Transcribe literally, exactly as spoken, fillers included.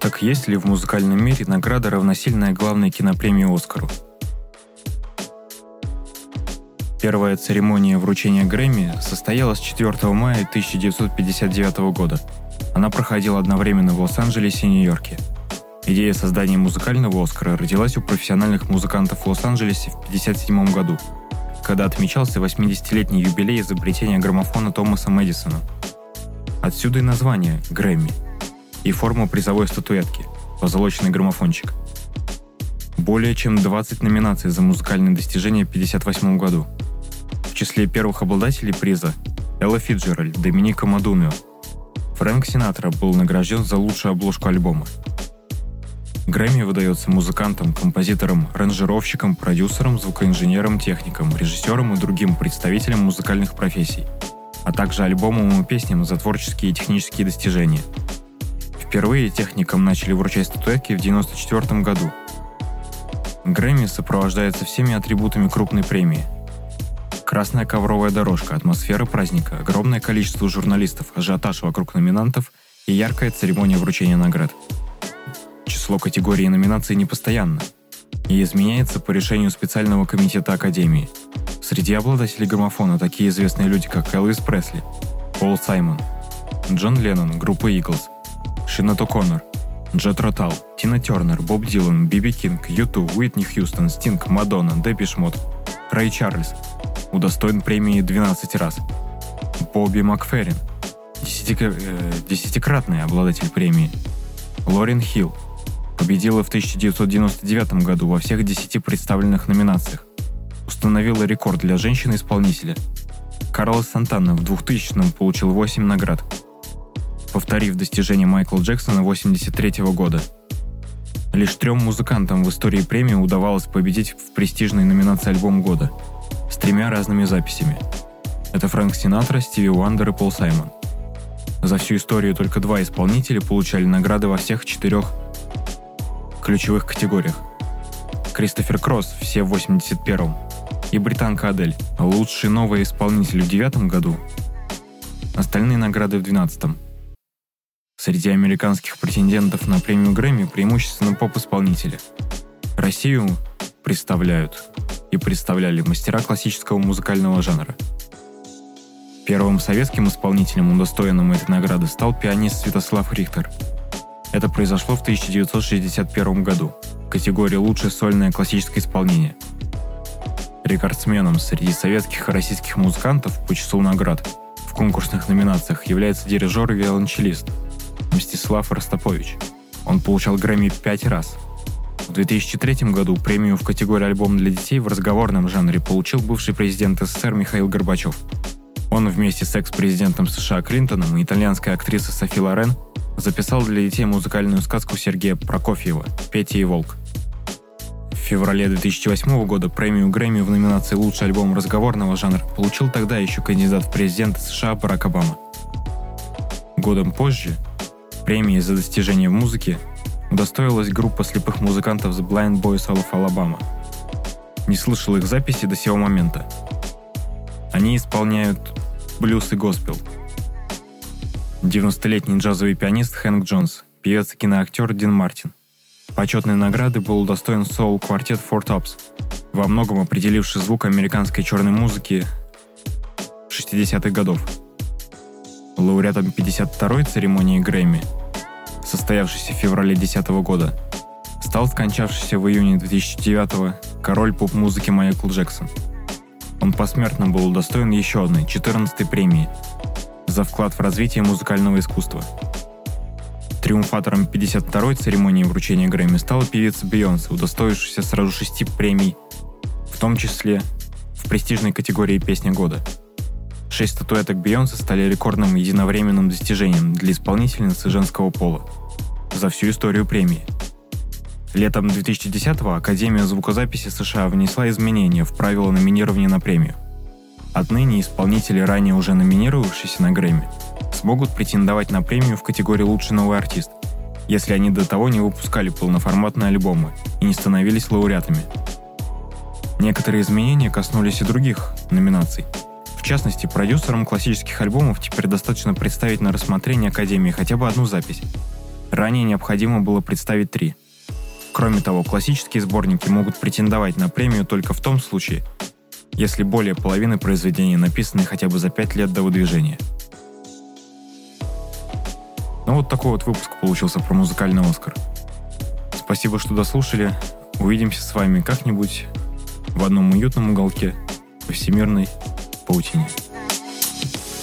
Так есть ли в музыкальном мире награда, равносильная главной кинопремии «Оскару»? Первая церемония вручения Грэмми состоялась четвёртого мая тысяча девятьсот пятьдесят девятого года. Она проходила одновременно в Лос-Анджелесе и Нью-Йорке. Идея создания музыкального «Оскара» родилась у профессиональных музыкантов в Лос-Анджелесе в пятьдесят седьмом году, когда отмечался восьмидесятилетний юбилей изобретения граммофона Томасом Эдисоном. Отсюда и название «Грэмми» и форма призовой статуэтки – позолоченный граммофончик. Более чем двадцать номинаций за музыкальные достижения в пятьдесят восьмом году. В числе первых обладателей приза Элла Фицджеральд, Доминика Модунио. Фрэнк Синатра был награжден за лучшую обложку альбома. Грэмми выдается музыкантам, композиторам, аранжировщикам, продюсерам, звукоинженерам, техникам, режиссерам и другим представителям музыкальных профессий, а также альбомам и песням за творческие и технические достижения. Впервые техникам начали вручать статуэтки в девяносто четвёртом году. Грэмми сопровождается всеми атрибутами крупной премии. Красная ковровая дорожка, атмосфера праздника, огромное количество журналистов, ажиотаж вокруг номинантов и яркая церемония вручения наград. Число категорий и номинаций непостоянно и изменяется по решению специального комитета Академии. Среди обладателей граммофона такие известные люди, как Элвис Пресли, Пол Саймон, Джон Леннон, группа Eagles, Шинет О'Коннор, Джетро Тал, Тина Тернер, Боб Дилан, Би Би Кинг, Ю ту, Уитни Хьюстон, Стинг, Мадонна, Депеш Мод, Рэй Чарльз удостоен премии двенадцать раз. Бобби Макферрин, десятикр... э, десятикратный обладатель премии. Лорен Хилл победила в тысяча девятьсот девяносто девятом году во всех десяти представленных номинациях. Установила рекорд для женщины-исполнителя. Карлос Сантана в двухтысячном получил восемь наград, повторив достижение Майкла Джексона восемьдесят третьего года. Лишь трем музыкантам в истории премии удавалось победить в престижной номинации «Альбом года» с тремя разными записями. Это Фрэнк Синатра, Стиви Уандер и Пол Саймон. За всю историю только два исполнителя получали награды во всех четырех ключевых категориях. Кристофер Кросс все в восемьдесят первом и британка Адель лучший новый исполнитель в девятом году. Остальные награды в двенадцатом. Среди американских претендентов на премию Грэмми преимущественно поп-исполнители. Россию представляют и представляли мастера классического музыкального жанра. Первым советским исполнителем, удостоенным этой награды, стал пианист Святослав Рихтер. Это произошло в тысяча девятьсот шестьдесят первом году в категории «Лучшее сольное классическое исполнение». Рекордсменом среди советских и российских музыкантов по числу наград в конкурсных номинациях является дирижер и виолончелист Мстислав Ростропович. Он получал Грэмми пять раз. В две тысячи третьем году премию в категории «Альбом для детей» в разговорном жанре получил бывший президент СССР Михаил Горбачев. Он вместе с экс-президентом США Клинтоном и итальянской актрисой Софи Лорен записал для детей музыкальную сказку Сергея Прокофьева «Петя и волк». В феврале две тысячи восьмого года премию Грэмми в номинации «Лучший альбом разговорного жанра» получил тогда еще кандидат в президенты США Барак Обама. Годом позже премии за достижения в музыке удостоилась группа слепых музыкантов The Blind Boys of Alabama. Не слышал их записи до сего момента. Они исполняют блюз и госпел. девяностолетний джазовый пианист Хэнк Джонс, певец и киноактер Дин Мартин. Почетной награды был удостоен соул-квартет Four Tops, во многом определивший звук американской черной музыки шестидесятых годов. Лауреатом пятьдесят второй церемонии Грэмми, состоявшейся в феврале две тысячи десятого года, стал скончавшийся в июне две тысячи девятого король поп-музыки Майкл Джексон. Он посмертно был удостоен еще одной, четырнадцатой премии за вклад в развитие музыкального искусства. Триумфатором пятьдесят второй церемонии вручения Грэмми стала певица Бейонсе, удостоившаяся сразу шести премий, в том числе в престижной категории «Песня года». Шесть статуэток Бейонсе стали рекордным единовременным достижением для исполнительницы женского пола за всю историю премии. Летом две тысячи десятого Академия звукозаписи США внесла изменения в правила номинирования на премию. Отныне исполнители, ранее уже номинировавшиеся на Грэмми, смогут претендовать на премию в категории «Лучший новый артист», если они до того не выпускали полноформатные альбомы и не становились лауреатами. Некоторые изменения коснулись и других номинаций. В частности, продюсерам классических альбомов теперь достаточно представить на рассмотрение Академии хотя бы одну запись. Ранее необходимо было представить три. Кроме того, классические сборники могут претендовать на премию только в том случае, если более половины произведений написаны хотя бы за пять лет до выдвижения. Ну вот такой вот выпуск получился про музыкальный Оскар. Спасибо, что дослушали. Увидимся с вами как-нибудь в одном уютном уголке по всемирной паутине.